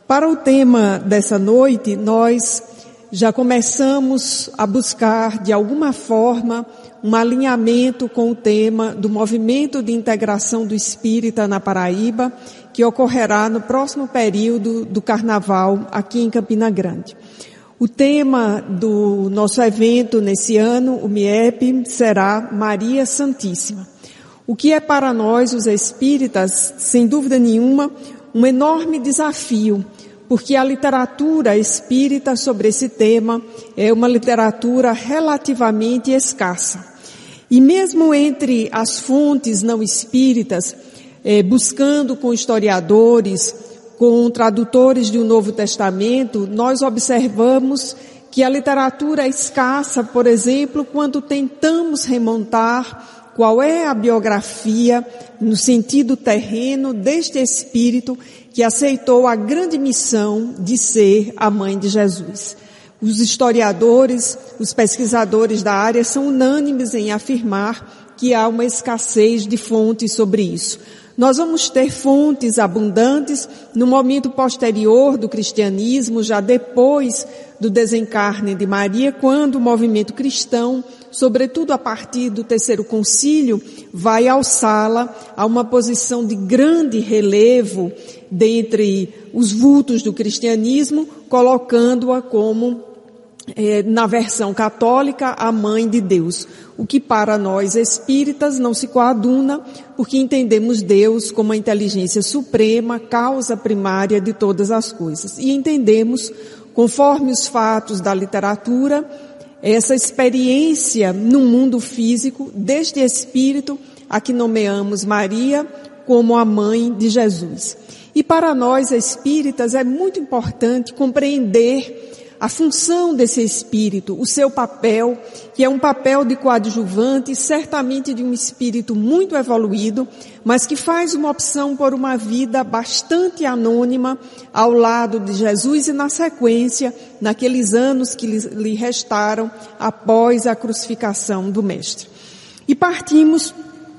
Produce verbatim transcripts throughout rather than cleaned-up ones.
Para o tema dessa noite, nós já começamos a buscar, de alguma forma, um alinhamento com o tema do Movimento de Integração do Espírita na Paraíba, que ocorrerá no próximo período do Carnaval aqui em Campina Grande. O tema do nosso evento nesse ano, o M I E P, será Maria Santíssima. O que é para nós, os espíritas, sem dúvida nenhuma, um enorme desafio, porque a literatura espírita sobre esse tema é uma literatura relativamente escassa. E mesmo entre as fontes não espíritas, eh, buscando com historiadores, com tradutores do Novo Testamento, nós observamos que a literatura é escassa, por exemplo, quando tentamos remontar qual é a biografia, no sentido terreno, deste espírito que aceitou a grande missão de ser a mãe de Jesus. Os historiadores, os pesquisadores da área são unânimes em afirmar que há uma escassez de fontes sobre isso. Nós vamos ter fontes abundantes no momento posterior do cristianismo, já depois do desencarne de Maria, quando o movimento cristão, sobretudo a partir do terceiro concílio, vai alçá-la a uma posição de grande relevo dentre os vultos do cristianismo, colocando-a como, eh, na versão católica, a mãe de Deus. O que para nós espíritas não se coaduna, porque entendemos Deus como a inteligência suprema, causa primária de todas as coisas. E entendemos, conforme os fatos da literatura, essa experiência no mundo físico deste espírito a que nomeamos Maria como a mãe de Jesus. E para nós espíritas é muito importante compreender a função desse espírito, o seu papel, que é um papel de coadjuvante, certamente de um espírito muito evoluído, mas que faz uma opção por uma vida bastante anônima ao lado de Jesus e na sequência, naqueles anos que lhe restaram após a crucificação do Mestre. E partimos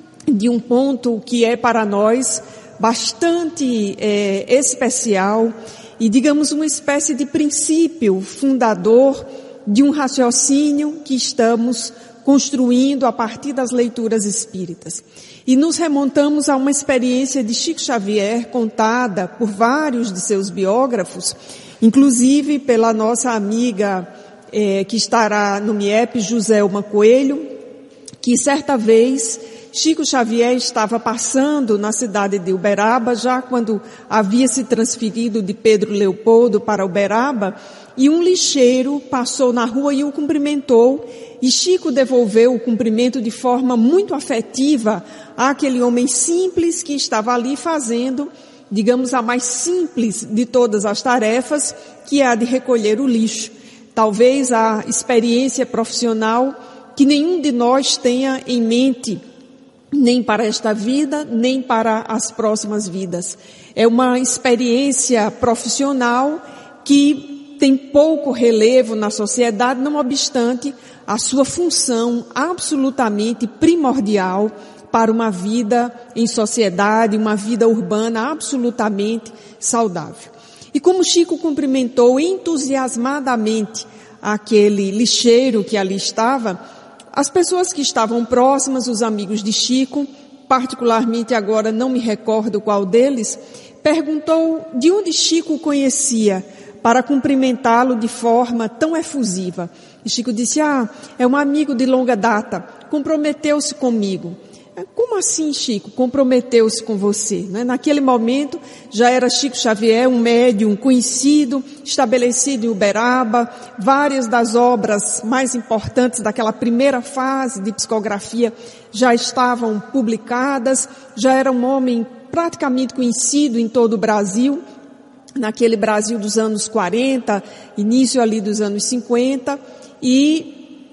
de um ponto que é para nós bastante é, especial, e digamos uma espécie de princípio fundador de um raciocínio que estamos construindo a partir das leituras espíritas. E nos remontamos a uma experiência de Chico Xavier contada por vários de seus biógrafos, inclusive pela nossa amiga eh, que estará no M I E P, Joselma Coelho, que certa vez Chico Xavier estava passando na cidade de Uberaba, já quando havia se transferido de Pedro Leopoldo para Uberaba, e um lixeiro passou na rua e o cumprimentou, e Chico devolveu o cumprimento de forma muito afetiva àquele homem simples que estava ali fazendo, digamos, a mais simples de todas as tarefas, que é a de recolher o lixo. Talvez a experiência profissional que nenhum de nós tenha em mente, nem para esta vida, nem para as próximas vidas. É uma experiência profissional que tem pouco relevo na sociedade, não obstante a sua função absolutamente primordial para uma vida em sociedade, uma vida urbana absolutamente saudável. E como Chico cumprimentou entusiasmadamente aquele lixeiro que ali estava, as pessoas que estavam próximas, os amigos de Chico, particularmente agora não me recordo qual deles, perguntou de onde Chico o conhecia para cumprimentá-lo de forma tão efusiva. E Chico disse, ah, é um amigo de longa data, comprometeu-se comigo. Como assim, Chico? Comprometeu-se com você, né? Naquele momento já era Chico Xavier, um médium conhecido, estabelecido em Uberaba, várias das obras mais importantes daquela primeira fase de psicografia já estavam publicadas, já era um homem praticamente conhecido em todo o Brasil, naquele Brasil dos anos quarenta, início ali dos anos cinquenta, e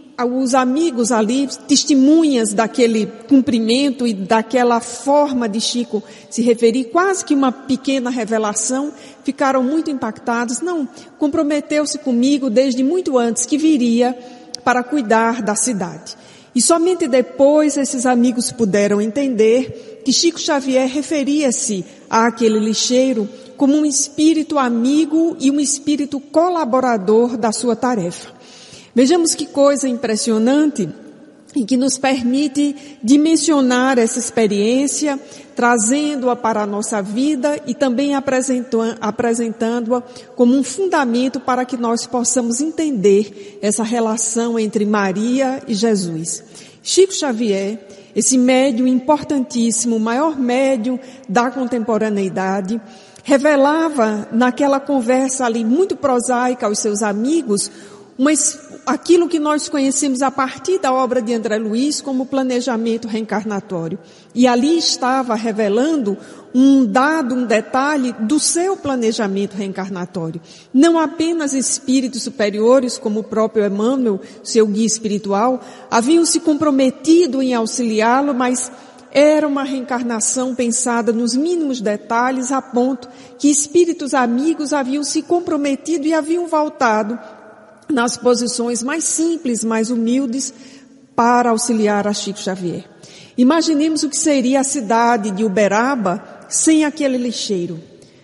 os amigos ali, testemunhas daquele cumprimento e daquela forma de Chico se referir, quase que uma pequena revelação, ficaram muito impactados. Não, comprometeu-se comigo desde muito antes que viria para cuidar da cidade. E somente depois esses amigos puderam entender que Chico Xavier referia-se àquele lixeiro como um espírito amigo e um espírito colaborador da sua tarefa. Vejamos que coisa impressionante e que nos permite dimensionar essa experiência, trazendo-a para a nossa vida e também apresentando-a como um fundamento para que nós possamos entender essa relação entre Maria e Jesus. Chico Xavier, esse médium importantíssimo, o maior médium da contemporaneidade, revelava naquela conversa ali muito prosaica aos seus amigos, mas aquilo que nós conhecemos a partir da obra de André Luiz como planejamento reencarnatório. E ali estava revelando um dado, um detalhe do seu planejamento reencarnatório. Não apenas espíritos superiores, como o próprio Emmanuel, seu guia espiritual, haviam se comprometido em auxiliá-lo, mas era uma reencarnação pensada nos mínimos detalhes, a ponto que espíritos amigos haviam se comprometido e haviam voltado nas posições mais simples, mais humildes, para auxiliar a Chico Xavier. Imaginemos o que seria a cidade de Uberaba sem aquele lixeiro,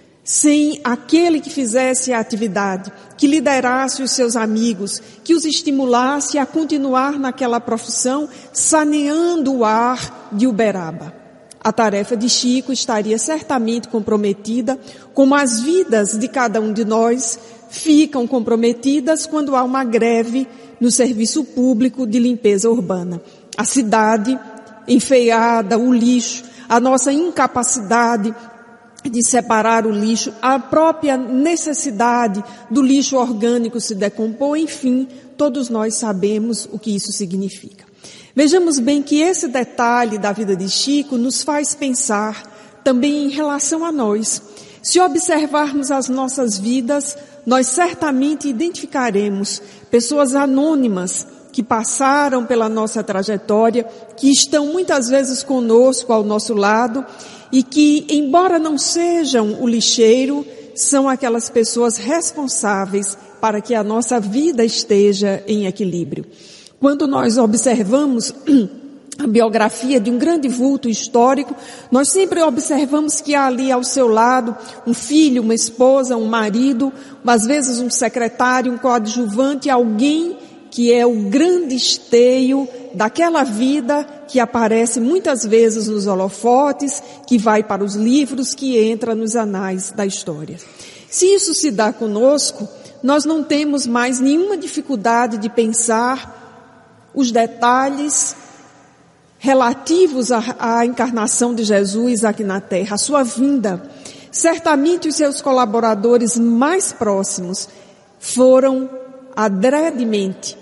sem aquele que fizesse a atividade, que liderasse os seus amigos, que os estimulasse a continuar naquela profissão, saneando o ar de Uberaba. A tarefa de Chico estaria certamente comprometida, como as vidas de cada um de nós ficam comprometidas quando há uma greve no serviço público de limpeza urbana. A cidade enfeiada, o lixo, a nossa incapacidade de separar o lixo, a própria necessidade do lixo orgânico se decompor, enfim, todos nós sabemos o que isso significa. Vejamos bem que esse detalhe da vida de Chico nos faz pensar também em relação a nós. Se observarmos as nossas vidas, nós certamente identificaremos pessoas anônimas que passaram pela nossa trajetória, que estão muitas vezes conosco ao nosso lado e que, embora não sejam o lixeiro, são aquelas pessoas responsáveis para que a nossa vida esteja em equilíbrio. Quando nós observamos a biografia de um grande vulto histórico, nós sempre observamos que há ali ao seu lado um filho, uma esposa, um marido, às vezes um secretário, um coadjuvante, alguém que é o grande esteio daquela vida que aparece muitas vezes nos holofotes, que vai para os livros, que entra nos anais da história. Se isso se dá conosco, nós não temos mais nenhuma dificuldade de pensar os detalhes relativos à, à encarnação de Jesus aqui na Terra, a sua vinda. Certamente os seus colaboradores mais próximos foram adredemente,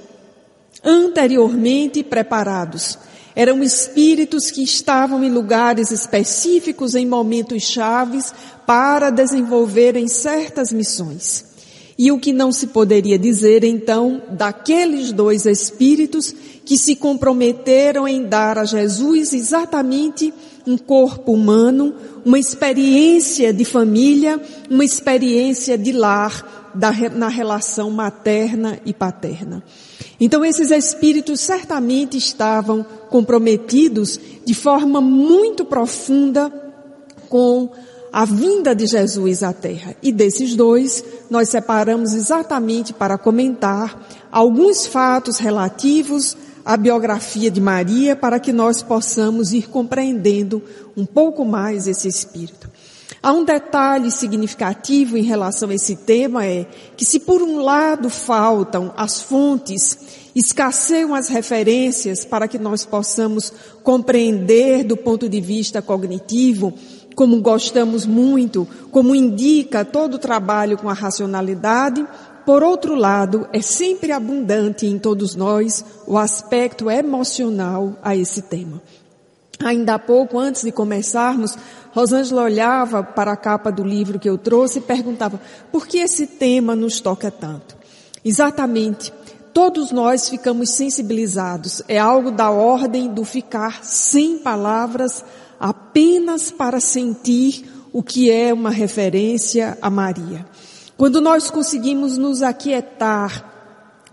anteriormente preparados. Eram espíritos que estavam em lugares específicos, em momentos chaves, para desenvolverem certas missões. E o que não se poderia dizer, então, daqueles dois espíritos que se comprometeram em dar a Jesus exatamente um corpo humano, uma experiência de família, uma experiência de lar da, na relação materna e paterna. Então esses espíritos certamente estavam comprometidos de forma muito profunda com a vinda de Jesus à Terra. E desses dois, nós separamos exatamente para comentar alguns fatos relativos à biografia de Maria, para que nós possamos ir compreendendo um pouco mais esse espírito. Há um detalhe significativo em relação a esse tema, é que se por um lado faltam as fontes, escasseiam as referências para que nós possamos compreender do ponto de vista cognitivo, como gostamos muito, como indica todo o trabalho com a racionalidade, por outro lado, é sempre abundante em todos nós o aspecto emocional a esse tema. Ainda há pouco, antes de começarmos, Rosângela olhava para a capa do livro que eu trouxe e perguntava: por que esse tema nos toca tanto? Exatamente, todos nós ficamos sensibilizados. É algo da ordem do ficar sem palavras, apenas para sentir o que é uma referência a Maria. Quando nós conseguimos nos aquietar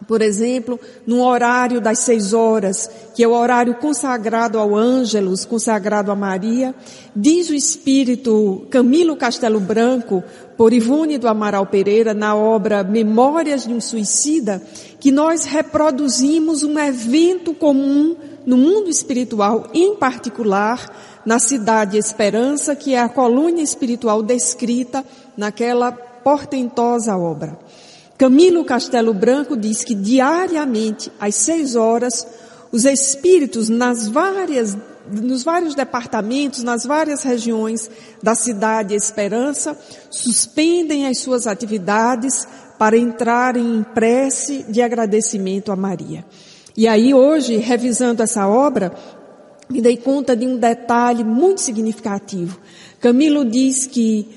Por exemplo, no horário das seis horas, que é o horário consagrado ao Ângelus, consagrado a Maria, diz o espírito Camilo Castelo Branco, por Ivone do Amaral Pereira, na obra Memórias de um Suicida, que nós reproduzimos um evento comum no mundo espiritual, em particular na Cidade Esperança, que é a colônia espiritual descrita naquela portentosa obra. Camilo Castelo Branco diz que diariamente, às seis horas, os espíritos nas várias, nos vários departamentos, nas várias regiões da Cidade Esperança, suspendem as suas atividades para entrarem em prece de agradecimento a Maria. E aí hoje, revisando essa obra, me dei conta de um detalhe muito significativo. Camilo diz que,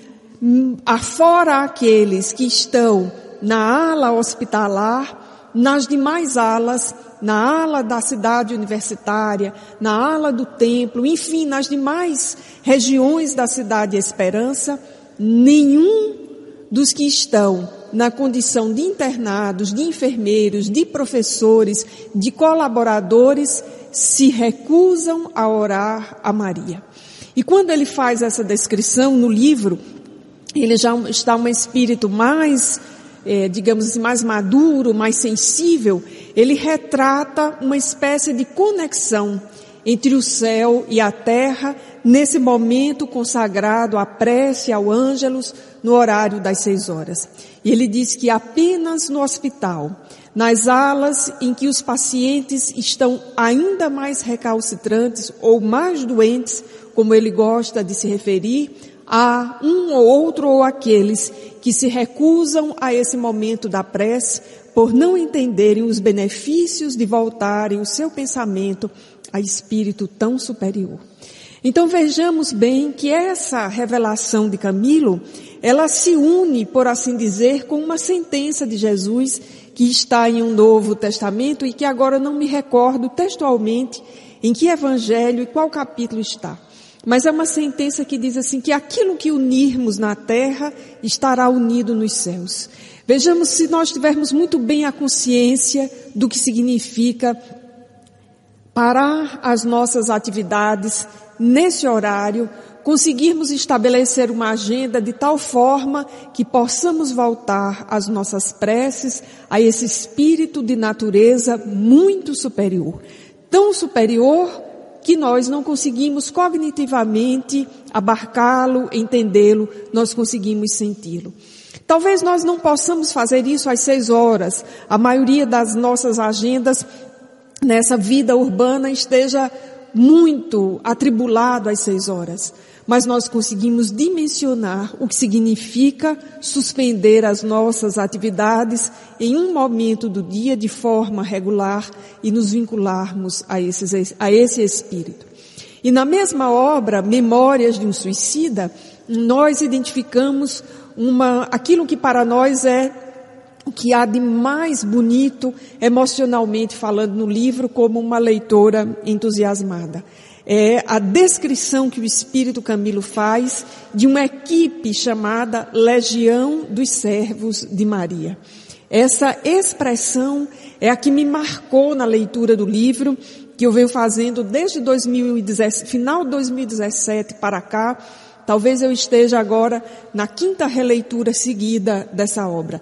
afora aqueles que estão na ala hospitalar, nas demais alas, na ala da cidade universitária, na ala do templo, enfim, nas demais regiões da Cidade Esperança, nenhum dos que estão na condição de internados, de enfermeiros, de professores, de colaboradores, se recusam a orar a Maria. E quando ele faz essa descrição no livro, ele já está um espírito mais É, digamos assim, mais maduro, mais sensível, ele retrata uma espécie de conexão entre o céu e a terra nesse momento consagrado à prece, ao Ângelus, no horário das seis horas. E ele diz que apenas no hospital, nas alas em que os pacientes estão ainda mais recalcitrantes ou mais doentes, como ele gosta de se referir, há um ou outro ou aqueles que se recusam a esse momento da prece por não entenderem os benefícios de voltarem o seu pensamento a espírito tão superior. Então vejamos bem que essa revelação de Camilo, ela se une, por assim dizer, com uma sentença de Jesus que está em um Novo Testamento e que agora não me recordo textualmente em que evangelho e qual capítulo está. Mas é uma sentença que diz assim, que aquilo que unirmos na terra estará unido nos céus. Vejamos, se nós tivermos muito bem a consciência do que significa parar as nossas atividades nesse horário, conseguirmos estabelecer uma agenda de tal forma que possamos voltar às nossas preces, a esse espírito de natureza muito superior. Tão superior que nós não conseguimos cognitivamente abarcá-lo, entendê-lo, nós conseguimos senti-lo. Talvez nós não possamos fazer isso às seis horas. A maioria das nossas agendas nessa vida urbana esteja muito atribulado às seis horas. Mas nós conseguimos dimensionar o que significa suspender as nossas atividades em um momento do dia de forma regular e nos vincularmos a, esses, a esse espírito. E na mesma obra, Memórias de um Suicida, nós identificamos uma, aquilo que para nós é o que há de mais bonito, emocionalmente falando no livro, como uma leitora entusiasmada. É a descrição que o Espírito Camilo faz de uma equipe chamada Legião dos Servos de Maria. Essa expressão é a que me marcou na leitura do livro, que eu venho fazendo desde dois mil e dezessete, final de dois mil e dezessete para cá. Talvez eu esteja agora na quinta releitura seguida dessa obra.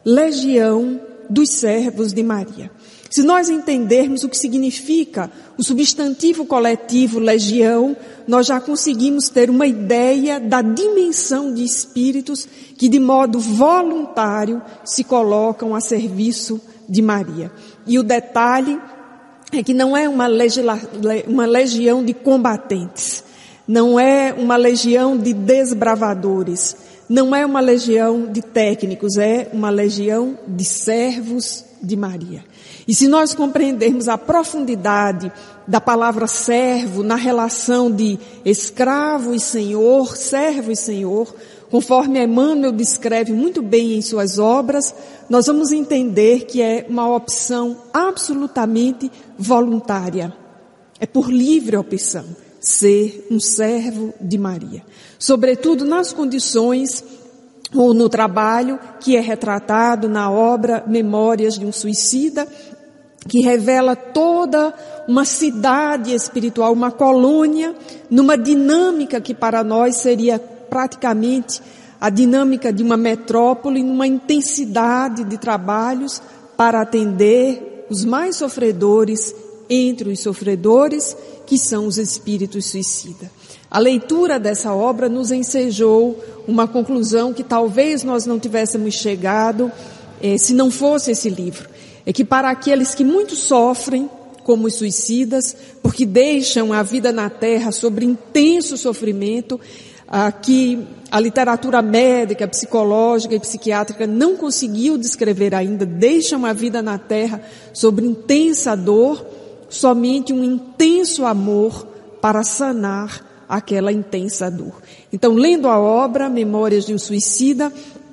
Legião dos Servos de Maria. Se nós entendermos o que significa o substantivo coletivo legião, nós já conseguimos ter uma ideia da dimensão de espíritos que de modo voluntário se colocam a serviço de Maria. E o detalhe é que não é uma, legila, uma legião de combatentes, não é uma legião de desbravadores, não é uma legião de técnicos, é uma legião de servos de Maria. E se nós compreendermos a profundidade da palavra servo na relação de escravo e senhor, servo e senhor, conforme Emmanuel descreve muito bem em suas obras, nós vamos entender que é uma opção absolutamente voluntária. É por livre opção ser um servo de Maria. Sobretudo nas condições ou no trabalho, que é retratado na obra Memórias de um Suicida, que revela toda uma cidade espiritual, uma colônia, numa dinâmica que para nós seria praticamente a dinâmica de uma metrópole, numa intensidade de trabalhos para atender os mais sofredores entre os sofredores, que são os espíritos suicidas. A leitura dessa obra nos ensejou uma conclusão que talvez nós não tivéssemos chegado eh, se não fosse esse livro. É que para aqueles que muito sofrem, como os suicidas, porque deixam a vida na terra sobre intenso sofrimento, ah, que a literatura médica, psicológica e psiquiátrica não conseguiu descrever ainda, deixam a vida na terra sobre intensa dor, somente um intenso amor para sanar aquela intensa dor. Então, lendo a obra Memórias de um Suicida,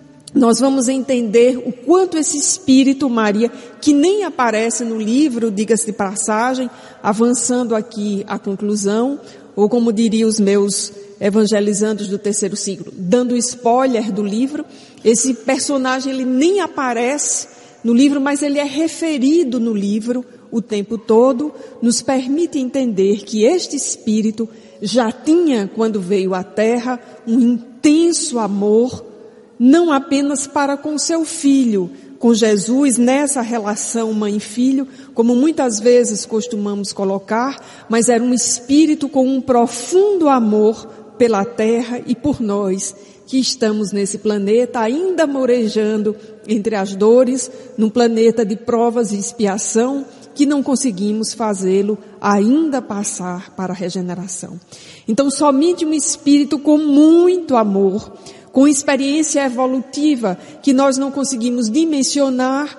nós vamos entender o quanto esse espírito Maria, que nem aparece no livro, diga-se de passagem, avançando aqui à conclusão, ou como diriam os meus evangelizandos do terceiro ciclo, dando spoiler do livro, esse personagem ele nem aparece no livro, mas ele é referido no livro o tempo todo, nos permite entender que este espírito já tinha, quando veio à Terra, um intenso amor, não apenas para com seu filho, com Jesus, nessa relação mãe-filho, como muitas vezes costumamos colocar, mas era um espírito com um profundo amor pela terra e por nós, que estamos nesse planeta ainda morejando entre as dores, num planeta de provas e expiação, que não conseguimos fazê-lo ainda passar para a regeneração. Então, somente um espírito com muito amor, com experiência evolutiva que nós não conseguimos dimensionar,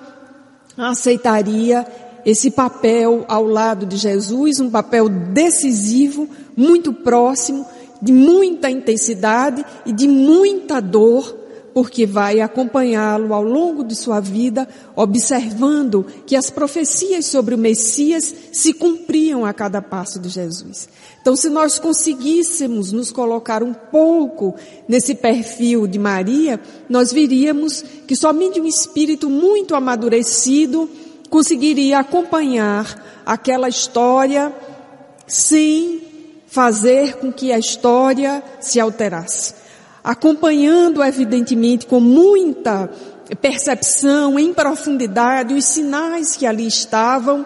aceitaria esse papel ao lado de Jesus, um papel decisivo, muito próximo, de muita intensidade e de muita dor, porque vai acompanhá-lo ao longo de sua vida, observando que as profecias sobre o Messias se cumpriam a cada passo de Jesus. Então, se nós conseguíssemos nos colocar um pouco nesse perfil de Maria, nós veríamos que somente um espírito muito amadurecido conseguiria acompanhar aquela história sem fazer com que a história se alterasse. Acompanhando, evidentemente, com muita percepção, em profundidade, os sinais que ali estavam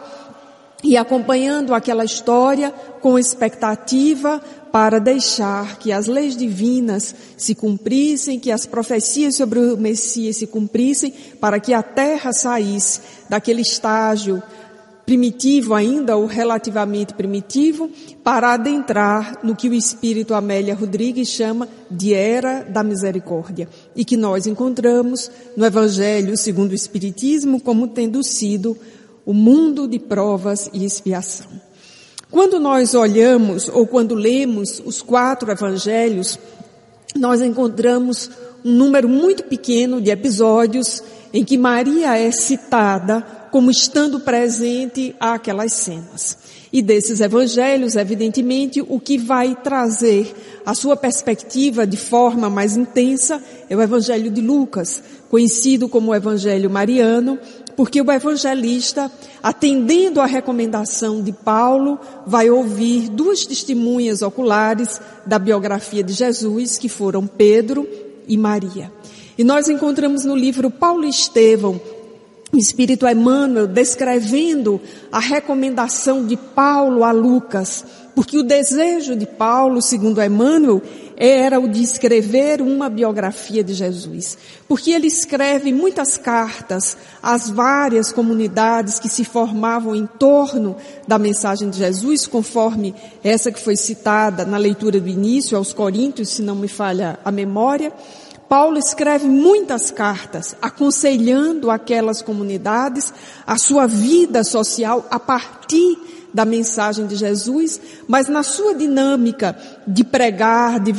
e acompanhando aquela história com expectativa para deixar que as leis divinas se cumprissem, que as profecias sobre o Messias se cumprissem, para que a terra saísse daquele estágio primitivo ainda, ou relativamente primitivo, para adentrar no que o Espírito Amélia Rodrigues chama de Era da Misericórdia, e que nós encontramos no Evangelho segundo o Espiritismo como tendo sido o mundo de provas e expiação. Quando nós olhamos, ou quando lemos os quatro Evangelhos, nós encontramos um número muito pequeno de episódios em que Maria é citada como estando presente àquelas cenas. E desses evangelhos, evidentemente, o que vai trazer a sua perspectiva de forma mais intensa é o Evangelho de Lucas, conhecido como o Evangelho Mariano, porque o evangelista, atendendo à recomendação de Paulo, vai ouvir duas testemunhas oculares da biografia de Jesus, que foram Pedro e Maria. E nós encontramos no livro Paulo e Estevão, o Espírito Emmanuel descrevendo a recomendação de Paulo a Lucas, porque o desejo de Paulo, segundo Emmanuel, era o de escrever uma biografia de Jesus. Porque ele escreve muitas cartas às várias comunidades que se formavam em torno da mensagem de Jesus, conforme essa que foi citada na leitura do início, aos Coríntios, se não me falha a memória. Paulo escreve muitas cartas aconselhando aquelas comunidades a sua vida social a partir da mensagem de Jesus, mas na sua dinâmica de pregar, de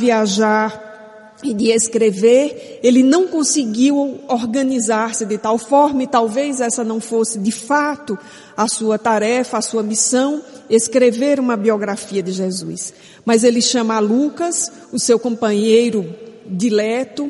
viajar e de escrever, ele não conseguiu organizar-se de tal forma, e talvez essa não fosse de fato a sua tarefa, a sua missão, escrever uma biografia de Jesus. Mas ele chama a Lucas, o seu companheiro dileto,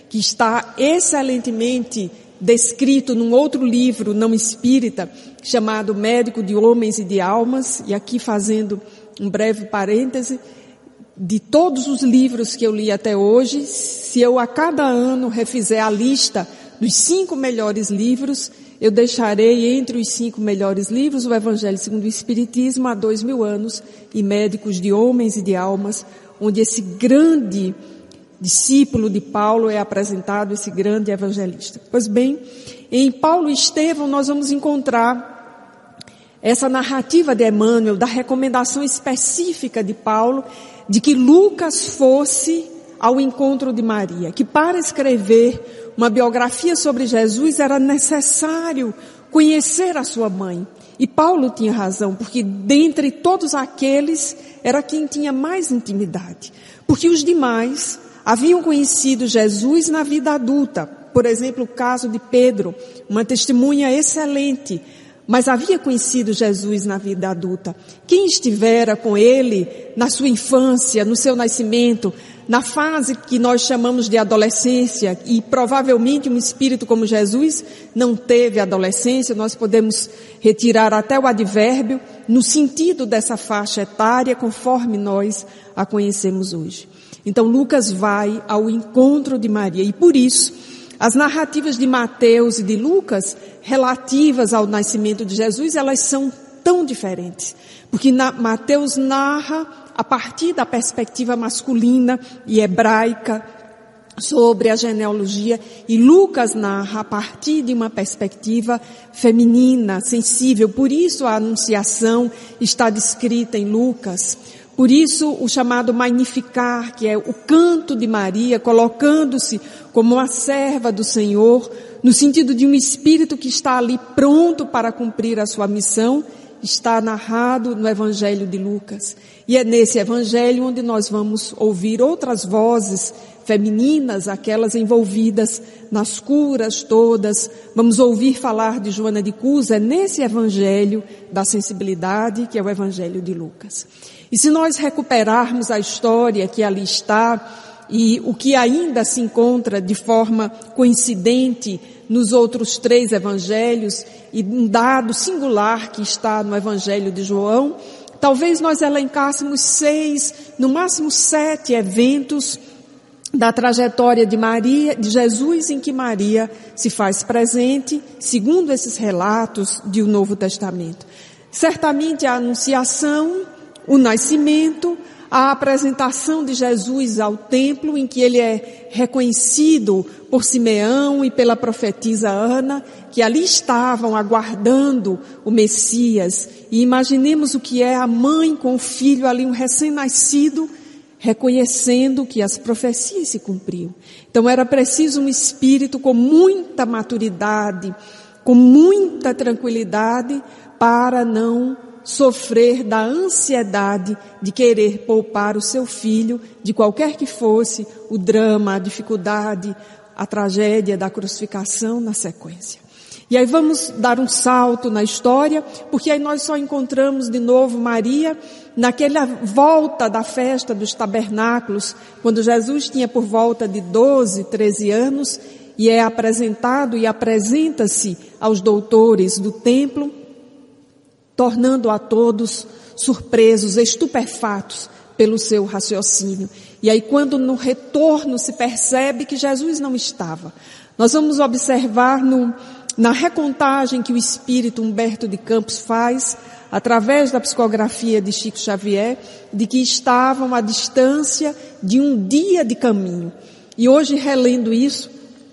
que está excelentemente descrito num outro livro não espírita, chamado Médico de Homens e de Almas, e aqui fazendo um breve parêntese, de todos os livros que eu li até hoje, se eu a cada ano refizer a lista dos cinco melhores livros, eu deixarei entre os cinco melhores livros o Evangelho segundo o Espiritismo há dois mil anos e Médicos de Homens e de Almas, onde esse grande discípulo de Paulo é apresentado, esse grande evangelista. Pois bem, em Paulo e Estevão nós vamos encontrar essa narrativa de Emmanuel, da recomendação específica de Paulo, de que Lucas fosse ao encontro de Maria, que para escrever uma biografia sobre Jesus era necessário conhecer a sua mãe. E Paulo tinha razão, porque dentre todos aqueles era quem tinha mais intimidade. Porque os demais haviam conhecido Jesus na vida adulta. Por exemplo, o caso de Pedro, uma testemunha excelente, mas havia conhecido Jesus na vida adulta. Quem estivera com ele na sua infância, no seu nascimento, na fase que nós chamamos de adolescência, e provavelmente um espírito como Jesus não teve adolescência, nós podemos retirar até o advérbio no sentido dessa faixa etária, conforme nós a conhecemos hoje. Então Lucas vai ao encontro de Maria, e por isso as narrativas de Mateus e de Lucas relativas ao nascimento de Jesus, elas são tão diferentes. Porque na, Mateus narra a partir da perspectiva masculina e hebraica sobre a genealogia, e Lucas narra a partir de uma perspectiva feminina, sensível. Por isso a anunciação está descrita em Lucas. Por isso o chamado Magnificar, que é o canto de Maria, colocando-se como uma serva do Senhor, no sentido de um espírito que está ali pronto para cumprir a sua missão, está narrado no Evangelho de Lucas. E é nesse Evangelho onde nós vamos ouvir outras vozes femininas, aquelas envolvidas nas curas todas. Vamos ouvir falar de Joana de Cusa, é nesse Evangelho da sensibilidade, que é o Evangelho de Lucas. E se nós recuperarmos a história que ali está, e o que ainda se encontra de forma coincidente nos outros três evangelhos, e um dado singular que está no Evangelho de João, talvez nós elencássemos seis, no máximo sete eventos da trajetória de Maria, de Jesus, em que Maria se faz presente, segundo esses relatos do Novo Testamento. Certamente a anunciação, o nascimento, a apresentação de Jesus ao templo, em que ele é reconhecido por Simeão e pela profetisa Ana, que ali estavam aguardando o Messias. E imaginemos o que é a mãe com o filho ali, um recém-nascido, reconhecendo que as profecias se cumpriam. Então era preciso um espírito com muita maturidade, com muita tranquilidade, para não sofrer da ansiedade de querer poupar o seu filho, de qualquer que fosse o drama, a dificuldade, a tragédia da crucificação na sequência. E aí vamos dar um salto na história, porque aí nós só encontramos de novo Maria naquela volta da festa dos tabernáculos, quando Jesus tinha por volta de doze, treze anos, e é apresentado e apresenta-se aos doutores do templo, tornando a todos surpresos, estupefatos pelo seu raciocínio. E aí quando no retorno se percebe que Jesus não estava, nós vamos observar no, na recontagem que o espírito Humberto de Campos faz, através da psicografia de Chico Xavier, de que estavam à distância de um dia de caminho. E hoje, relendo isso,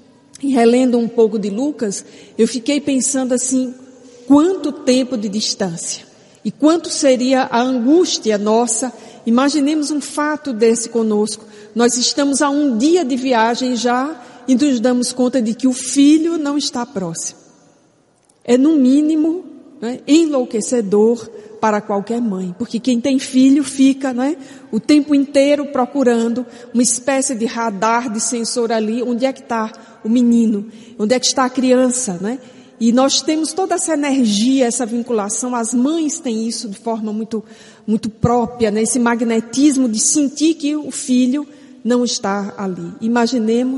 e relendo um pouco de Lucas, eu fiquei pensando assim, quanto tempo de distância e quanto seria a angústia nossa. Imaginemos um fato desse conosco. Nós estamos a um dia de viagem já e nos damos conta de que o filho não está próximo. É no mínimo, né, enlouquecedor para qualquer mãe, porque quem tem filho fica, né, o tempo inteiro procurando uma espécie de radar, de sensor ali, onde é que está o menino, onde é que está a criança, né? E nós temos toda essa energia, essa vinculação, as mães têm isso de forma muito, muito própria, né? Esse magnetismo de sentir que o filho não está ali. Imaginemos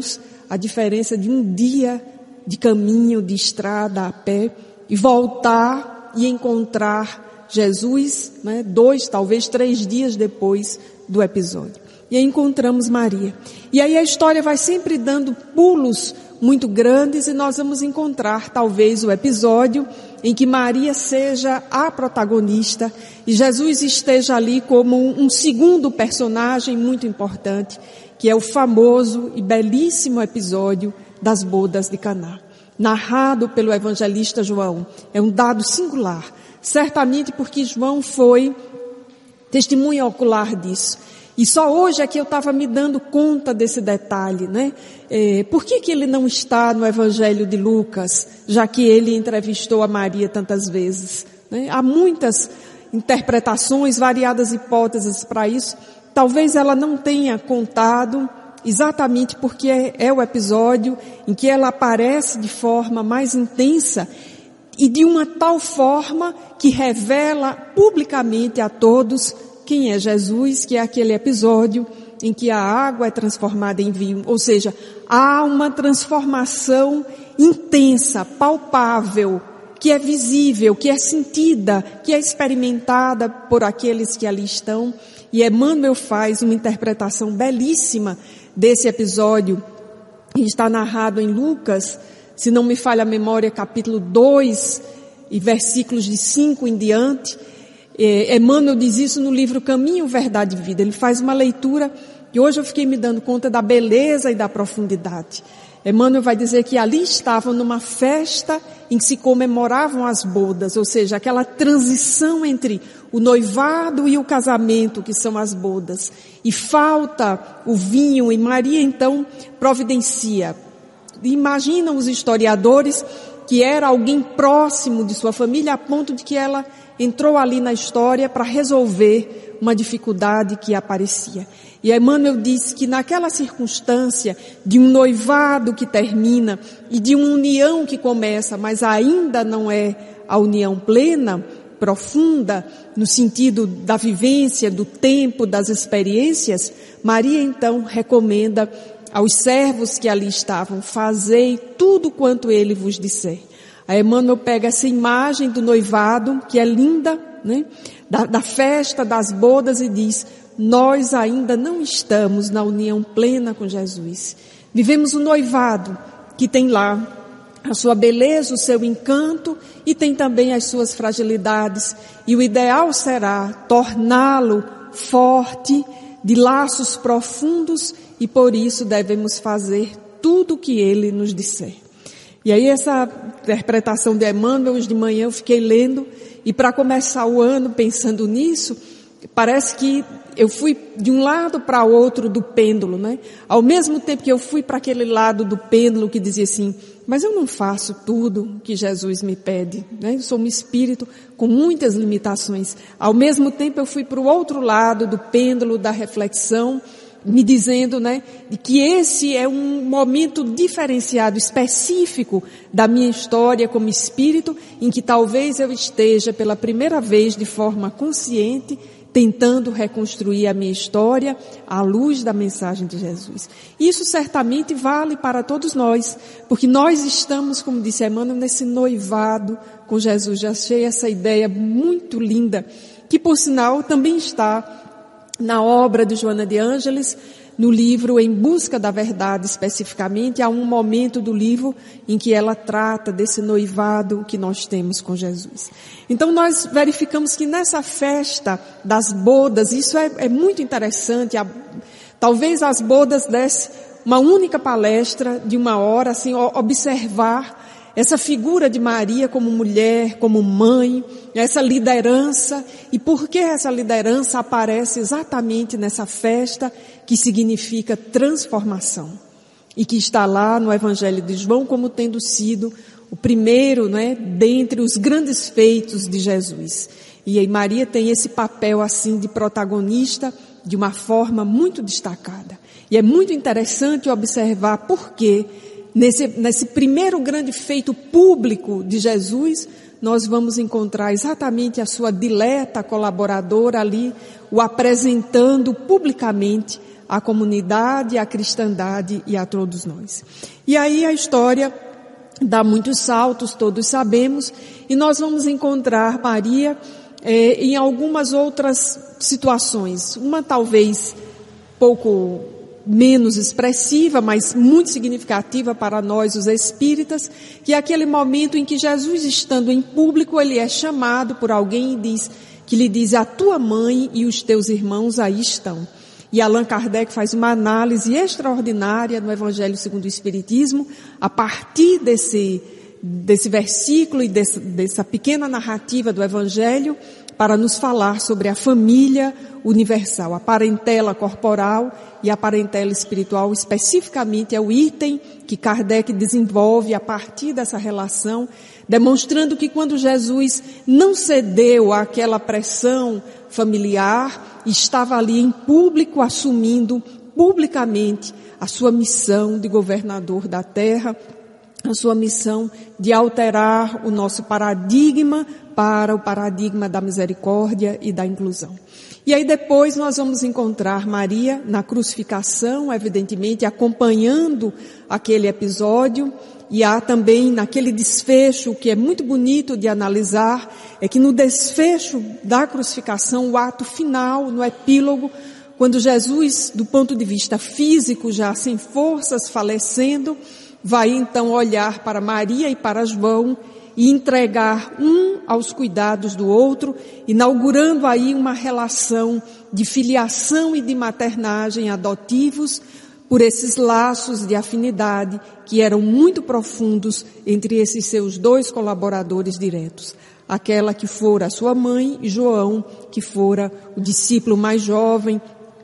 a diferença de um dia de caminho, de estrada a pé, e voltar e encontrar Jesus, né, dois, talvez três dias depois do episódio. E aí encontramos Maria. E aí a história vai sempre dando pulos muito grandes e nós vamos encontrar talvez o episódio em que Maria seja a protagonista e Jesus esteja ali como um segundo personagem muito importante, que é o famoso e belíssimo episódio das bodas de Caná, narrado pelo evangelista João. É um dado singular, certamente porque João foi testemunha ocular disso. E só hoje é que eu estava me dando conta desse detalhe, né? É, por que que ele não está no Evangelho de Lucas, já que ele entrevistou a Maria tantas vezes, né? Há muitas interpretações, variadas hipóteses para isso. Talvez ela não tenha contado exatamente porque é, é o episódio em que ela aparece de forma mais intensa e de uma tal forma que revela publicamente a todos quem é Jesus, que é aquele episódio em que a água é transformada em vinho. Ou seja, há uma transformação intensa, palpável, que é visível, que é sentida, que é experimentada por aqueles que ali estão. E Emmanuel faz uma interpretação belíssima desse episódio, que está narrado em Lucas, se não me falha a memória, capítulo dois, e versículos de cinco em diante. É, Emmanuel diz isso no livro Caminho, Verdade e Vida. Ele faz uma leitura e hoje eu fiquei me dando conta da beleza e da profundidade. Emmanuel vai dizer que ali estavam numa festa em que se comemoravam as bodas, ou seja, aquela transição entre o noivado e o casamento, que são as bodas. E falta o vinho e Maria então providencia. Imaginam os historiadores que era alguém próximo de sua família a ponto de que ela entrou ali na história para resolver uma dificuldade que aparecia. E Emmanuel diz que naquela circunstância de um noivado que termina e de uma união que começa, mas ainda não é a união plena, profunda, no sentido da vivência, do tempo, das experiências, Maria então recomenda aos servos que ali estavam: fazei tudo quanto ele vos disser. A Emmanuel pega essa imagem do noivado, que é linda, né? Da, da festa, das bodas, e diz: nós ainda não estamos na união plena com Jesus. Vivemos o noivado, que tem lá a sua beleza, o seu encanto, e tem também as suas fragilidades. E o ideal será torná-lo forte, de laços profundos, e por isso devemos fazer tudo o que ele nos disser. E aí essa interpretação de Emmanuel, hoje de manhã eu fiquei lendo, e para começar o ano pensando nisso, parece que eu fui de um lado para o outro do pêndulo, né? Ao mesmo tempo que eu fui para aquele lado do pêndulo que dizia assim: mas eu não faço tudo que Jesus me pede, né? Eu sou um espírito com muitas limitações. Ao mesmo tempo eu fui para o outro lado do pêndulo da reflexão, me dizendo, né, de que esse é um momento diferenciado, específico da minha história como espírito, em que talvez eu esteja pela primeira vez de forma consciente tentando reconstruir a minha história à luz da mensagem de Jesus. Isso certamente vale para todos nós, porque nós estamos, como disse Emmanuel, nesse noivado com Jesus. Já achei essa ideia muito linda, que por sinal também está na obra de Joana de Ângeles, no livro Em Busca da Verdade, especificamente. Há um momento do livro em que ela trata desse noivado que nós temos com Jesus. Então nós verificamos que nessa festa das bodas, isso é, é muito interessante. A, talvez as bodas desse uma única palestra de uma hora, assim, observar essa figura de Maria como mulher, como mãe, essa liderança. E por que essa liderança aparece exatamente nessa festa que significa transformação? E que está lá no Evangelho de João como tendo sido o primeiro, né, dentre os grandes feitos de Jesus. E aí Maria tem esse papel assim de protagonista de uma forma muito destacada. E é muito interessante observar por que Nesse, nesse primeiro grande feito público de Jesus, nós vamos encontrar exatamente a sua dileta colaboradora ali, o apresentando publicamente à comunidade, à cristandade e a todos nós. E aí a história dá muitos saltos, todos sabemos, e nós vamos encontrar Maria eh, em algumas outras situações. Uma talvez pouco menos expressiva, mas muito significativa para nós, os espíritas, que é aquele momento em que Jesus, estando em público, ele é chamado por alguém e diz, que lhe diz, a tua mãe e os teus irmãos aí estão. E Allan Kardec faz uma análise extraordinária no Evangelho segundo o Espiritismo, a partir desse, desse versículo e desse, dessa pequena narrativa do Evangelho, para nos falar sobre a família universal, a parentela corporal e a parentela espiritual, especificamente é o item que Kardec desenvolve a partir dessa relação, demonstrando que quando Jesus não cedeu àquela pressão familiar, estava ali em público, assumindo publicamente a sua missão de governador da terra, a sua missão de alterar o nosso paradigma para o paradigma da misericórdia e da inclusão. E aí depois nós vamos encontrar Maria na crucificação, evidentemente acompanhando aquele episódio, e há também naquele desfecho que é muito bonito de analisar, é que no desfecho da crucificação, o ato final, no epílogo, quando Jesus, do ponto de vista físico, já sem forças, falecendo, vai então olhar para Maria e para João e entregar um aos cuidados do outro, inaugurando aí uma relação de filiação e de maternagem adotivos por esses laços de afinidade que eram muito profundos entre esses seus dois colaboradores diretos. Aquela que fora a sua mãe e João, que fora o discípulo mais jovem,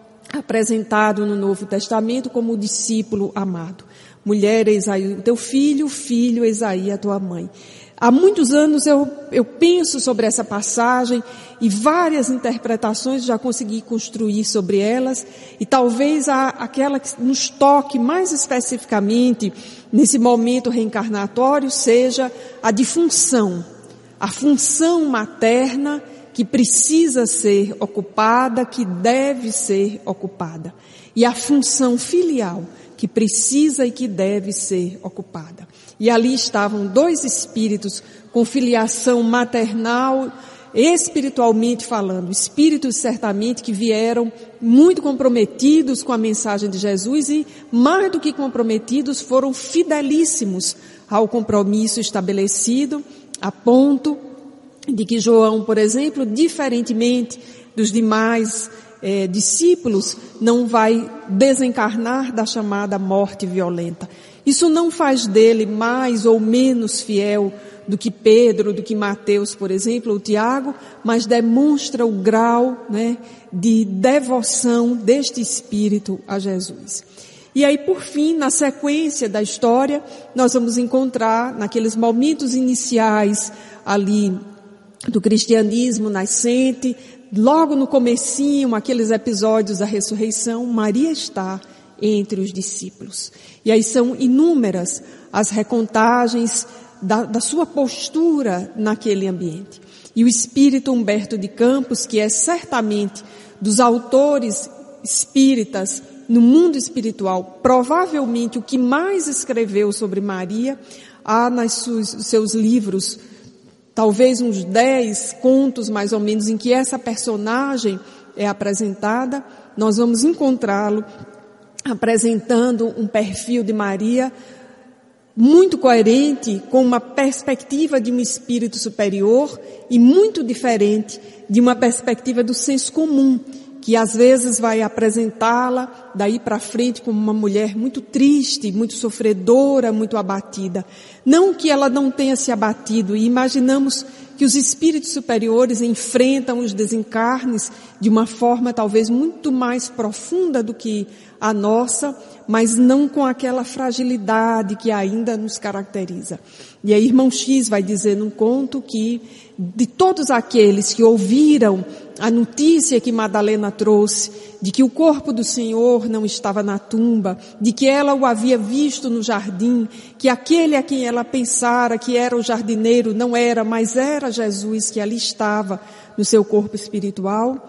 apresentado no Novo Testamento como o discípulo amado. Mulher, eis aí o teu filho, filho, eis aí a tua mãe. Há muitos anos eu, eu penso sobre essa passagem e várias interpretações já consegui construir sobre elas, e talvez a, aquela que nos toque mais especificamente nesse momento reencarnatório seja a de função, a função materna que precisa ser ocupada, que deve ser ocupada, e a função filial que precisa e que deve ser ocupada. E ali estavam dois espíritos com filiação maternal, espiritualmente falando, espíritos certamente que vieram muito comprometidos com a mensagem de Jesus e, mais do que comprometidos, foram fidelíssimos ao compromisso estabelecido, a ponto de que João, por exemplo, diferentemente dos demais eh, discípulos, não vai desencarnar da chamada morte violenta. Isso não faz dele mais ou menos fiel do que Pedro, do que Mateus, por exemplo, ou Tiago, mas demonstra o grau, né, de devoção deste espírito a Jesus. E aí, por fim, na sequência da história, nós vamos encontrar, naqueles momentos iniciais ali do cristianismo nascente, logo no comecinho, aqueles episódios da ressurreição, Maria está entre os discípulos. E aí são inúmeras as recontagens da, da sua postura naquele ambiente. E o espírito Humberto de Campos, que é certamente dos autores espíritas no mundo espiritual, provavelmente o que mais escreveu sobre Maria, há nos seus livros talvez uns dez contos mais ou menos em que essa personagem é apresentada, nós vamos encontrá-lo apresentando um perfil de Maria muito coerente com uma perspectiva de um espírito superior e muito diferente de uma perspectiva do senso comum, que às vezes vai apresentá-la daí para frente como uma mulher muito triste, muito sofredora, muito abatida. Não que ela não tenha se abatido, e imaginamos que os espíritos superiores enfrentam os desencarnes de uma forma talvez muito mais profunda do que a nossa, mas não com aquela fragilidade que ainda nos caracteriza. E aí Irmão X vai dizer num conto que de todos aqueles que ouviram a notícia que Madalena trouxe, de que o corpo do Senhor não estava na tumba, de que ela o havia visto no jardim, que aquele a quem ela pensara que era o jardineiro não era, mas era Jesus que ali estava no seu corpo espiritual.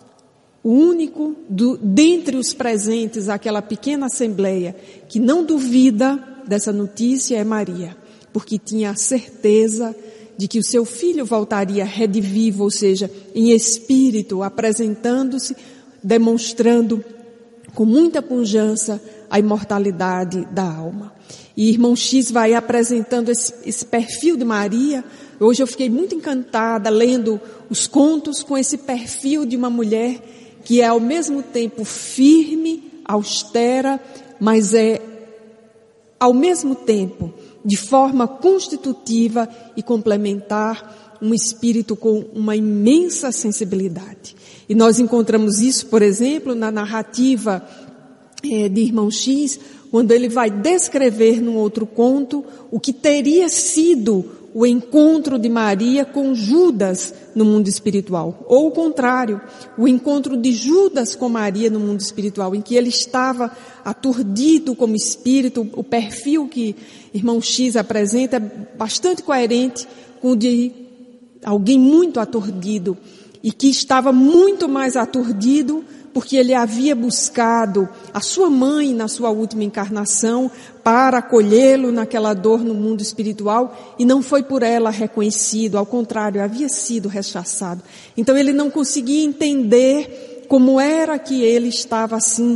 O único do, dentre os presentes àquela pequena assembleia que não duvida dessa notícia é Maria, porque tinha a certeza de que o seu filho voltaria redivivo, ou seja, em espírito, apresentando-se, demonstrando com muita pujança a imortalidade da alma. E irmão X vai apresentando esse, esse perfil de Maria. Hoje eu fiquei muito encantada lendo os contos com esse perfil de uma mulher que é ao mesmo tempo firme, austera, mas é ao mesmo tempo, de forma constitutiva e complementar, um espírito com uma imensa sensibilidade. E nós encontramos isso, por exemplo, na narrativa é, de irmão X, quando ele vai descrever num outro conto o que teria sido o encontro de Maria com Judas no mundo espiritual. Ou o contrário, o encontro de Judas com Maria no mundo espiritual, em que ele estava aturdido como espírito. O perfil que irmão X apresenta é bastante coerente com o de alguém muito aturdido, e que estava muito mais aturdido porque ele havia buscado a sua mãe na sua última encarnação para acolhê-lo naquela dor no mundo espiritual, e não foi por ela reconhecido, ao contrário, havia sido rechaçado. Então ele não conseguia entender como era que ele estava assim,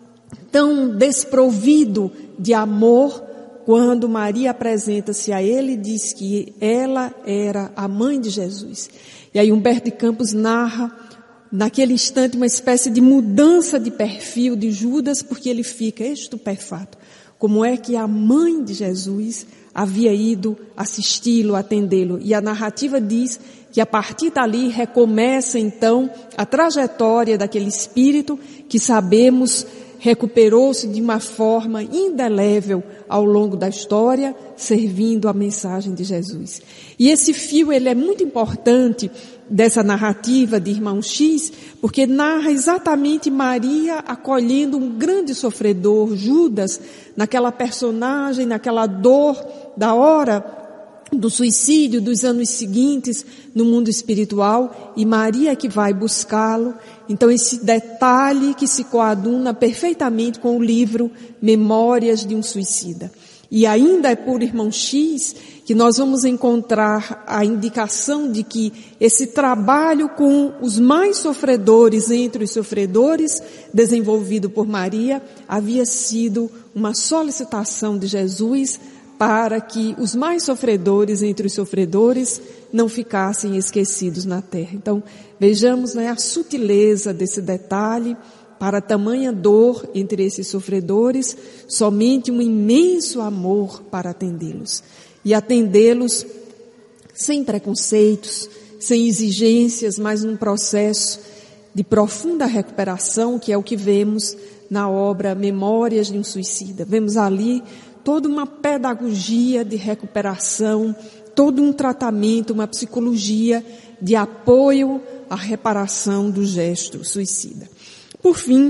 tão desprovido de amor, quando Maria apresenta-se a ele e diz que ela era a mãe de Jesus. E aí Humberto de Campos narra, naquele instante, uma espécie de mudança de perfil de Judas, porque ele fica estupefato. Como é que a mãe de Jesus havia ido assisti-lo, atendê-lo? E a narrativa diz que a partir dali recomeça então a trajetória daquele espírito que sabemos recuperou-se de uma forma indelével ao longo da história, servindo a mensagem de Jesus. E esse fio, ele é muito importante dessa narrativa de irmão X, porque narra exatamente Maria acolhendo um grande sofredor, Judas, naquela personagem, naquela dor da hora do suicídio dos anos seguintes no mundo espiritual, e Maria que vai buscá-lo. Então esse detalhe que se coaduna perfeitamente com o livro Memórias de um Suicida. E ainda é por irmão X que nós vamos encontrar a indicação de que esse trabalho com os mais sofredores entre os sofredores, desenvolvido por Maria, havia sido uma solicitação de Jesus para que os mais sofredores entre os sofredores não ficassem esquecidos na terra. Então, vejamos, né, a sutileza desse detalhe. Para tamanha dor entre esses sofredores, somente um imenso amor para atendê-los. E atendê-los sem preconceitos, sem exigências, mas num processo de profunda recuperação, que é o que vemos na obra Memórias de um Suicida. Vemos ali toda uma pedagogia de recuperação, todo um tratamento, uma psicologia de apoio à reparação do gesto suicida. Por fim,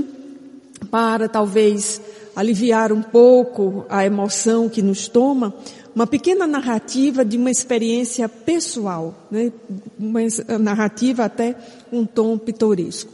para talvez aliviar um pouco a emoção que nos toma, uma pequena narrativa de uma experiência pessoal, né? Uma narrativa até um tom pitoresco.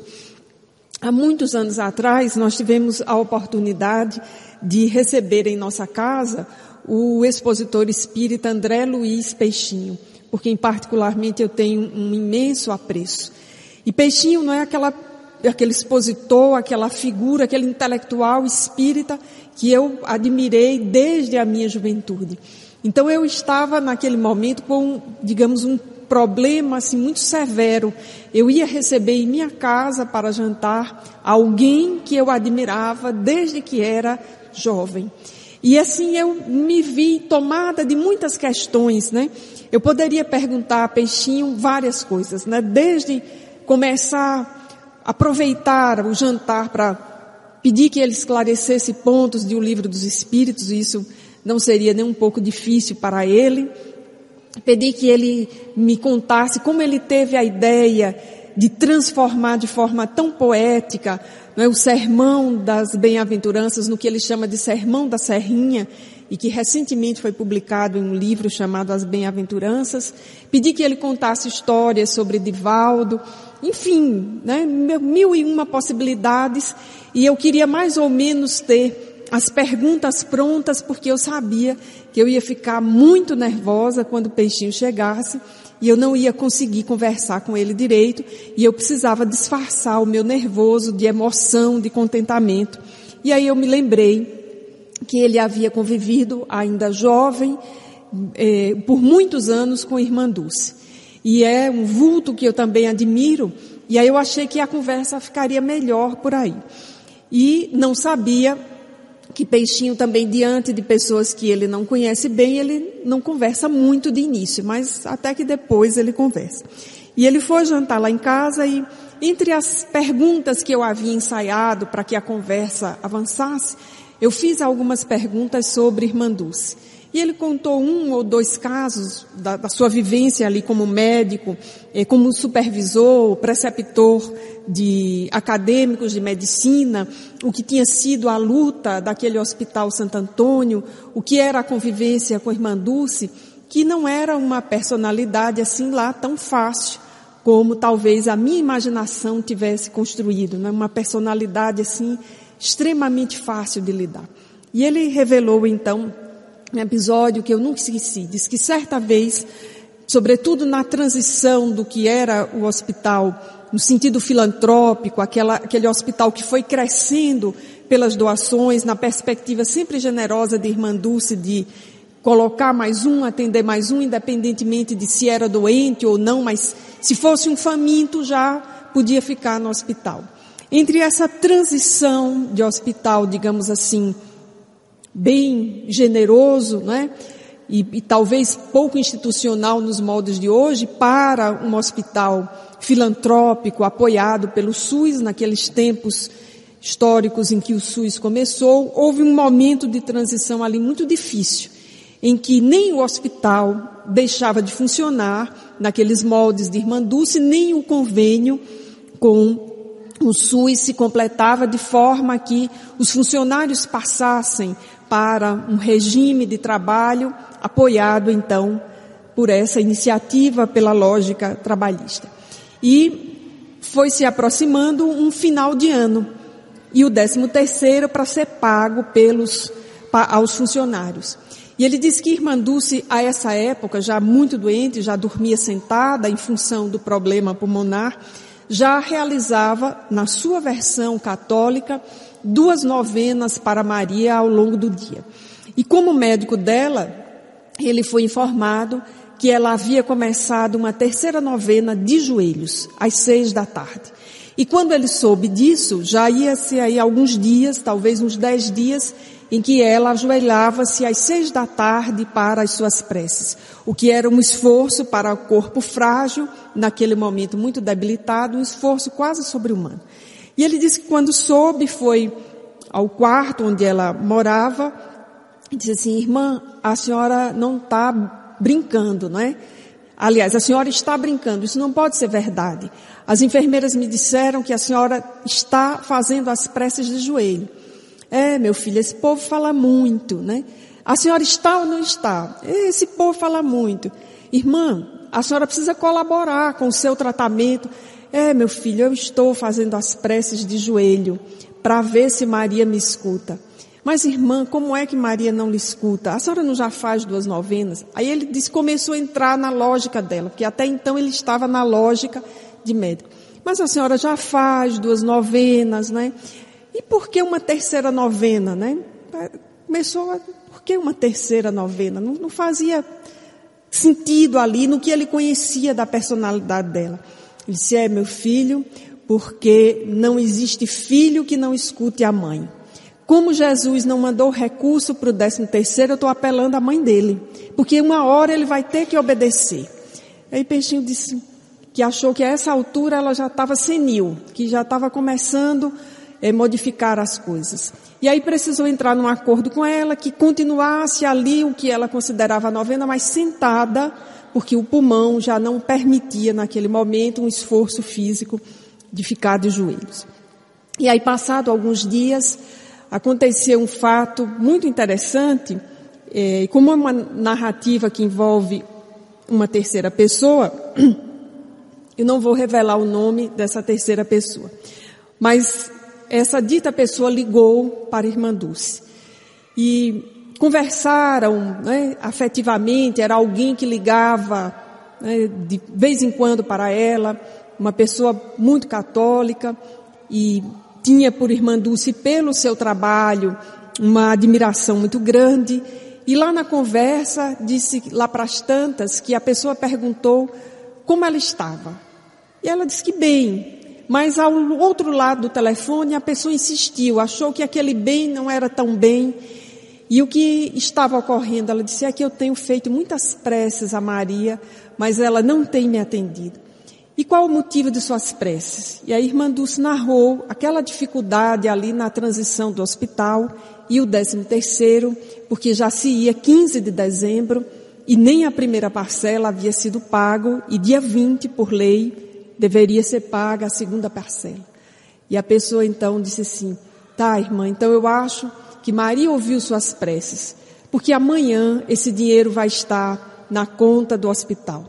Há muitos anos atrás, nós tivemos a oportunidade de receber em nossa casa o expositor espírita André Luiz Peixinho, por quem particularmente eu tenho um imenso apreço. E Peixinho não é aquela, aquele expositor, aquela figura, aquele intelectual espírita que eu admirei desde a minha juventude. Então eu estava naquele momento com, digamos, um problema assim muito severo. Eu ia receber em minha casa para jantar alguém que eu admirava desde que era jovem. E assim eu me vi tomada de muitas questões, né? Eu poderia perguntar a Peixinho várias coisas, né? Desde começar a aproveitar o jantar para pedir que ele esclarecesse pontos de O Livro dos Espíritos, e isso não seria nem um pouco difícil para ele. Pedi que ele me contasse como ele teve a ideia de transformar de forma tão poética, não é, o sermão das bem-aventuranças no que ele chama de sermão da serrinha, e que recentemente foi publicado em um livro chamado As Bem-aventuranças. Pedi que ele contasse histórias sobre Divaldo, enfim, né, mil e uma possibilidades, e eu queria mais ou menos ter as perguntas prontas, porque eu sabia que eu ia ficar muito nervosa quando o Peixinho chegasse, e eu não ia conseguir conversar com ele direito, e eu precisava disfarçar o meu nervoso de emoção, de contentamento. E aí eu me lembrei que ele havia convivido, ainda jovem, eh, por muitos anos com a irmã Dulce. E é um vulto que eu também admiro, e aí eu achei que a conversa ficaria melhor por aí. E não sabia que Peixinho também, diante de pessoas que ele não conhece bem, ele não conversa muito de início, mas até que depois ele conversa. E ele foi jantar lá em casa e, entre as perguntas que eu havia ensaiado para que a conversa avançasse, eu fiz algumas perguntas sobre irmã Dulce. E ele contou um ou dois casos da, da sua vivência ali como médico, eh, como supervisor, preceptor de acadêmicos de medicina, o que tinha sido a luta daquele Hospital Santo Antônio, o que era a convivência com a irmã Dulce, que não era uma personalidade assim lá tão fácil, como talvez a minha imaginação tivesse construído, né? Uma personalidade assim extremamente fácil de lidar. E ele revelou então um episódio que eu nunca esqueci. Diz que certa vez, sobretudo na transição do que era o hospital, no sentido filantrópico, aquela, aquele hospital que foi crescendo pelas doações, na perspectiva sempre generosa de irmã Dulce de colocar mais um, atender mais um, independentemente de se era doente ou não, mas se fosse um faminto já podia ficar no hospital. Entre essa transição de hospital, digamos assim, bem generoso, né, e, e talvez pouco institucional nos moldes de hoje, para um hospital filantrópico apoiado pelo SUS, naqueles tempos históricos em que o SUS começou, houve um momento de transição ali muito difícil, em que nem o hospital deixava de funcionar naqueles moldes de irmã Dulce, nem o convênio com o SUS se completava de forma que os funcionários passassem para um regime de trabalho apoiado, então, por essa iniciativa, pela lógica trabalhista. E foi se aproximando um final de ano, e o décimo terceiro para ser pago pelos, pa, aos funcionários. E ele disse que irmã Dulce, a essa época, já muito doente, já dormia sentada em função do problema pulmonar, já realizava, na sua versão católica, duas novenas para Maria ao longo do dia. E como médico dela, ele foi informado que ela havia começado uma terceira novena de joelhos, às seis da tarde. E quando ele soube disso, já ia ser aí alguns dias, talvez uns dez dias, em que ela ajoelhava-se às seis da tarde para as suas preces, o que era um esforço para o corpo frágil, naquele momento muito debilitado, um esforço quase sobre-humano. E ele disse que quando soube, foi ao quarto onde ela morava, e disse assim: irmã, a senhora não está brincando, não é? Aliás, a senhora está brincando, isso não pode ser verdade. As enfermeiras me disseram que a senhora está fazendo as preces de joelho. É, meu filho, esse povo fala muito, né? A senhora está ou não está? Esse povo fala muito. Irmã, a senhora precisa colaborar com o seu tratamento. É, meu filho, eu estou fazendo as preces de joelho para ver se Maria me escuta. Mas, irmã, como é que Maria não lhe escuta? A senhora não já faz duas novenas? Aí ele disse, começou a entrar na lógica dela, porque até então ele estava na lógica de médico. Mas a senhora já faz duas novenas, né? E por que uma terceira novena, né? Começou a... Por que uma terceira novena? Não, não fazia sentido ali no que ele conhecia da personalidade dela. Ele disse, é, meu filho, porque não existe filho que não escute a mãe. Como Jesus não mandou recurso para o décimo terceiro, eu estou apelando à mãe dele. Porque uma hora ele vai ter que obedecer. Aí Peixinho disse que achou que a essa altura ela já estava senil, que já estava começando a modificar as coisas. E aí precisou entrar num acordo com ela, que continuasse ali o que ela considerava a novena, mas sentada porque o pulmão já não permitia naquele momento um esforço físico de ficar de joelhos. E aí, passado alguns dias, aconteceu um fato muito interessante, e como é uma narrativa que envolve uma terceira pessoa, eu não vou revelar o nome dessa terceira pessoa, mas essa dita pessoa ligou para a irmã Dulce e conversaram, né, afetivamente. Era alguém que ligava, né, de vez em quando para ela, uma pessoa muito católica, e tinha por irmã Dulce, pelo seu trabalho, uma admiração muito grande. E lá na conversa, disse lá para as tantas que a pessoa perguntou como ela estava. E ela disse que bem, mas ao outro lado do telefone a pessoa insistiu, achou que aquele bem não era tão bem. E o que estava ocorrendo? Ela disse, é que eu tenho feito muitas preces a Maria, mas ela não tem me atendido. E qual o motivo de suas preces? E a irmã Dulce narrou aquela dificuldade ali na transição do hospital e o décimo terceiro, porque já se ia quinze de dezembro e nem a primeira parcela havia sido pago, e dia vinte, por lei, deveria ser paga a segunda parcela. E a pessoa então disse assim, tá, irmã, então eu acho que Maria ouviu suas preces, porque amanhã esse dinheiro vai estar na conta do hospital.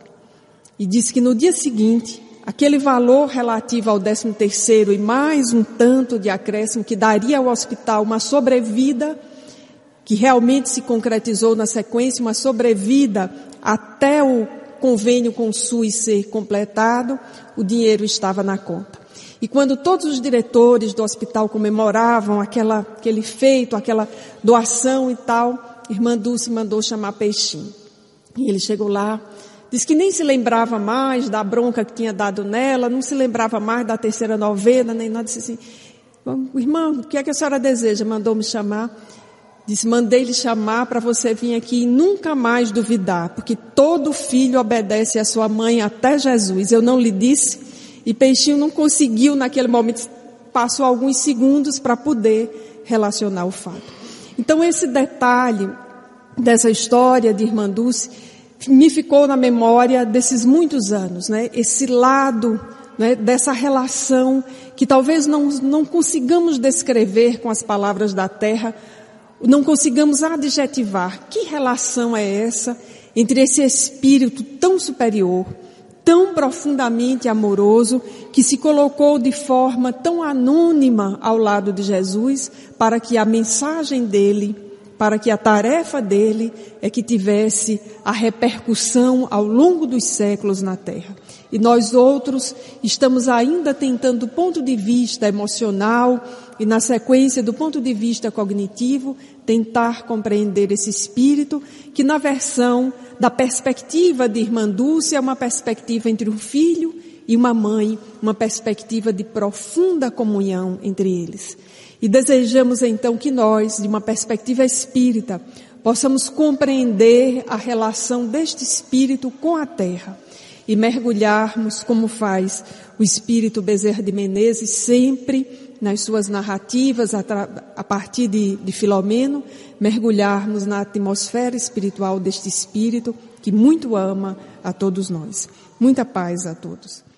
E disse que no dia seguinte, aquele valor relativo ao décimo terceiro e mais um tanto de acréscimo que daria ao hospital uma sobrevida, que realmente se concretizou na sequência, uma sobrevida até o convênio com o SUS ser completado, o dinheiro estava na conta. E quando todos os diretores do hospital comemoravam aquela, aquele feito, aquela doação e tal, a irmã Dulce mandou chamar Peixinho. E ele chegou lá, disse que nem se lembrava mais da bronca que tinha dado nela, não se lembrava mais da terceira novena, nem nada. Disse assim, irmã, o que é que a senhora deseja? Mandou me chamar. Disse, mandei lhe chamar para você vir aqui e nunca mais duvidar, porque todo filho obedece à sua mãe até Jesus. Eu não lhe disse? E Peixinho não conseguiu naquele momento, passou alguns segundos para poder relacionar o fato. Então esse detalhe dessa história de irmã Dulce me ficou na memória desses muitos anos, né? Esse lado, né, dessa relação que talvez não, não consigamos descrever com as palavras da terra, não consigamos adjetivar. Que relação é essa entre esse espírito tão superior, tão profundamente amoroso, que se colocou de forma tão anônima ao lado de Jesus, para que a mensagem dele, para que a tarefa dele é que tivesse a repercussão ao longo dos séculos na Terra. E nós outros estamos ainda tentando, do ponto de vista emocional e na sequência do ponto de vista cognitivo, tentar compreender esse espírito que na versão da perspectiva de irmã Dulce é uma perspectiva entre um filho e uma mãe, uma perspectiva de profunda comunhão entre eles. E desejamos então que nós, de uma perspectiva espírita, possamos compreender a relação deste espírito com a terra e mergulharmos, como faz o espírito Bezerra de Menezes, sempre nas suas narrativas, a, a partir de, de Filomeno, mergulharmos na atmosfera espiritual deste espírito que muito ama a todos nós. Muita paz a todos.